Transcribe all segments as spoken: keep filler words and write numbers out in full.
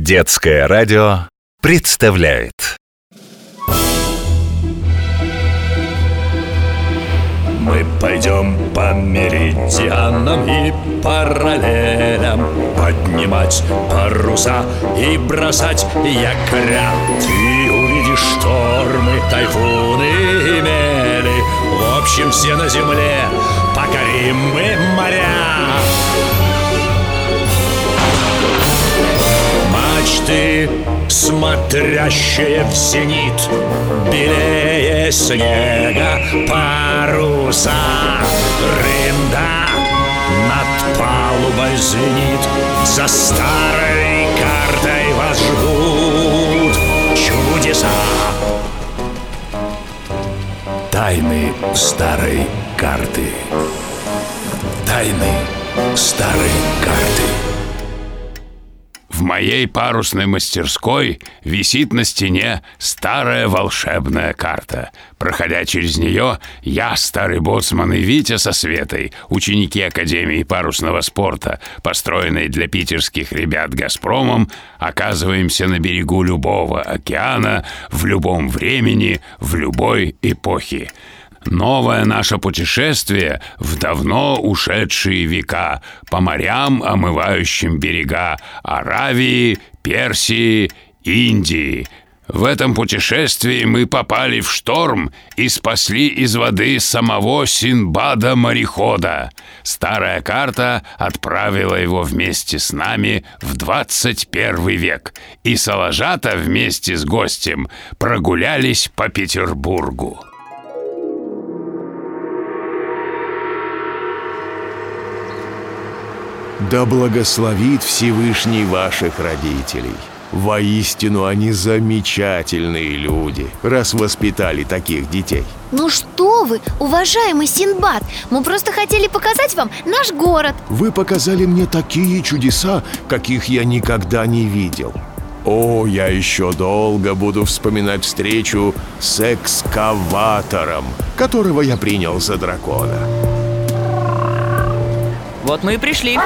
Детское радио представляет. Мы пойдем по меридианам и параллелям, поднимать паруса и бросать якоря. Ты увидишь штормы, тайфуны и мели. В общем, все на земле покорим мы моря. Мачты, смотрящие в зенит, белее снега паруса. Рында над палубой звенит, за старой картой вас ждут чудеса. Тайны старой карты. Тайны старой карты. В моей парусной мастерской висит на стене старая волшебная карта. Проходя через нее, я, старый боцман и Витя со Светой, ученики Академии парусного спорта, построенной для питерских ребят «Газпромом», оказываемся на берегу любого океана, в любом времени, в любой эпохе. Новое наше путешествие в давно ушедшие века по морям, омывающим берега Аравии, Персии, Индии. В этом путешествии мы попали в шторм и спасли из воды самого Синдбада-морехода. Старая карта отправила его вместе с нами в двадцать первый век, и Салажата вместе с гостем прогулялись по Петербургу. Да благословит Всевышний ваших родителей. Воистину, они замечательные люди, раз воспитали таких детей. Ну что вы, уважаемый Синдбад, мы просто хотели показать вам наш город. Вы показали мне такие чудеса, каких я никогда не видел. О, я еще долго буду вспоминать встречу с экскаватором, которого я принял за дракона. Вот мы и пришли.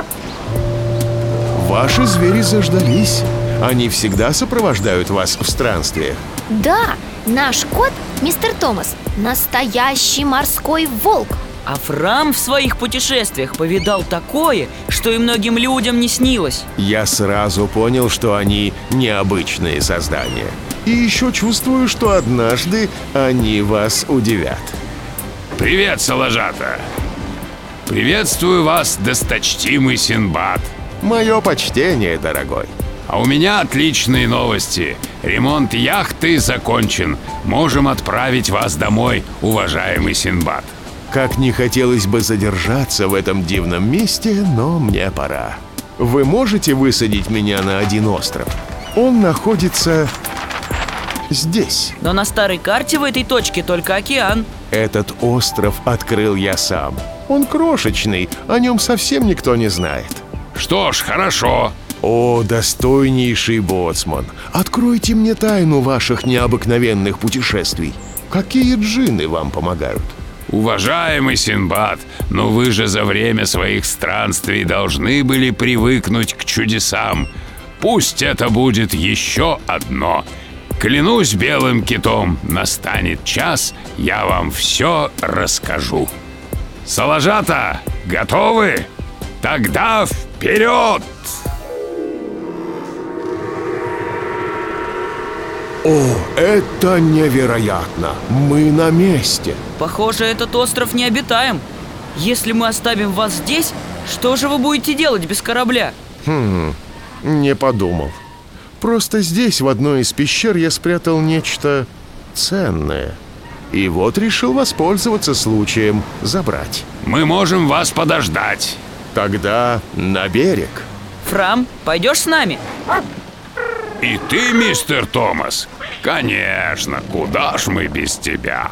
Ваши звери заждались. Они всегда сопровождают вас в странствиях. Да, наш кот, мистер Томас, настоящий морской волк. А Фрам в своих путешествиях повидал такое, что и многим людям не снилось. Я сразу понял, что они необычные создания. И еще чувствую, что однажды они вас удивят. Привет, Салажата! Приветствую вас, досточтимый Синдбад. Мое почтение, дорогой. А у меня отличные новости. Ремонт яхты закончен. Можем отправить вас домой, уважаемый Синдбад. Как не хотелось бы задержаться в этом дивном месте, но мне пора. Вы можете высадить меня на один остров? Он находится здесь. Но на старой карте в этой точке только океан. Этот остров открыл я сам. Он крошечный, о нем совсем никто не знает. Что ж, хорошо. О, достойнейший боцман, откройте мне тайну ваших необыкновенных путешествий. Какие джинны вам помогают? Уважаемый Синдбад, но вы же за время своих странствий должны были привыкнуть к чудесам. Пусть это будет еще одно. Клянусь белым китом, настанет час, я вам все расскажу. Салажата, готовы? Тогда вперед! О, это невероятно! Мы на месте! Похоже, этот остров необитаем. Если мы оставим вас здесь, что же вы будете делать без корабля? Хм, не подумал. Просто здесь, в одной из пещер, я спрятал нечто ценное. И вот решил воспользоваться случаем забрать. Мы можем вас подождать. Тогда на берег. Фрам, пойдешь с нами? И ты, мистер Томас? Конечно, куда ж мы без тебя?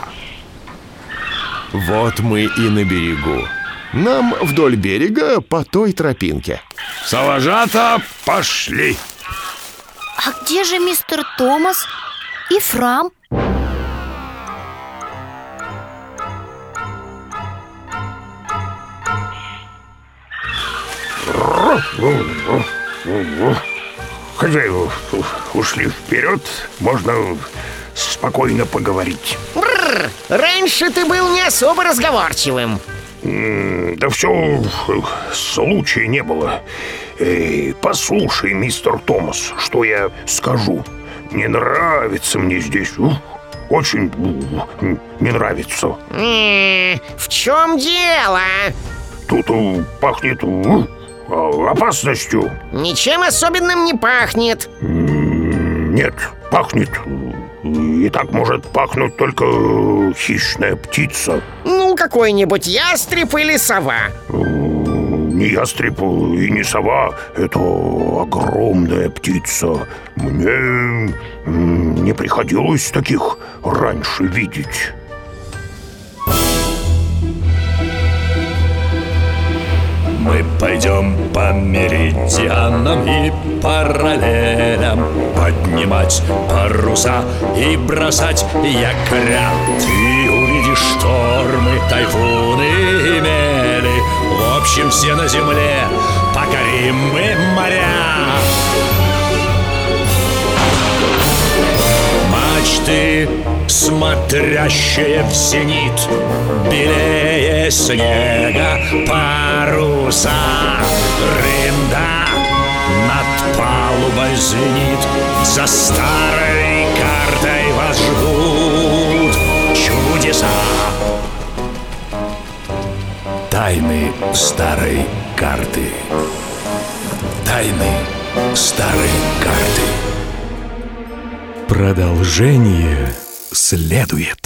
Вот мы и на берегу. Нам вдоль берега по той тропинке. Салажата, пошли! А где же мистер Томас и Фрам? хозяева ушли вперед, можно спокойно поговорить. Бррр, раньше ты был не особо разговорчивым. Да все, случая не было. Эй, послушай, мистер Томас, что я скажу. Не нравится мне здесь. Очень не нравится. М-м, в чем дело? Тут пахнет опасностью. Ничем особенным не пахнет. Нет, пахнет. И так может пахнуть только хищная птица. Ну, какой-нибудь ястреб или сова. Не ястреб и не сова. Это огромная птица. Мне не приходилось таких раньше видеть. Мы пойдем по меридианам и параллелям, поднимать паруса и бросать якоря. Ты увидишь штормы, тайфуны и мели. В общем, все на земле покорим мы моря. Мачты, смотрящие в зенит, белее снега паруса. Рында над палубой звенит, за старой картой вас ждут чудеса. Тайны старой карты. Тайны старой карты. Продолжение следует.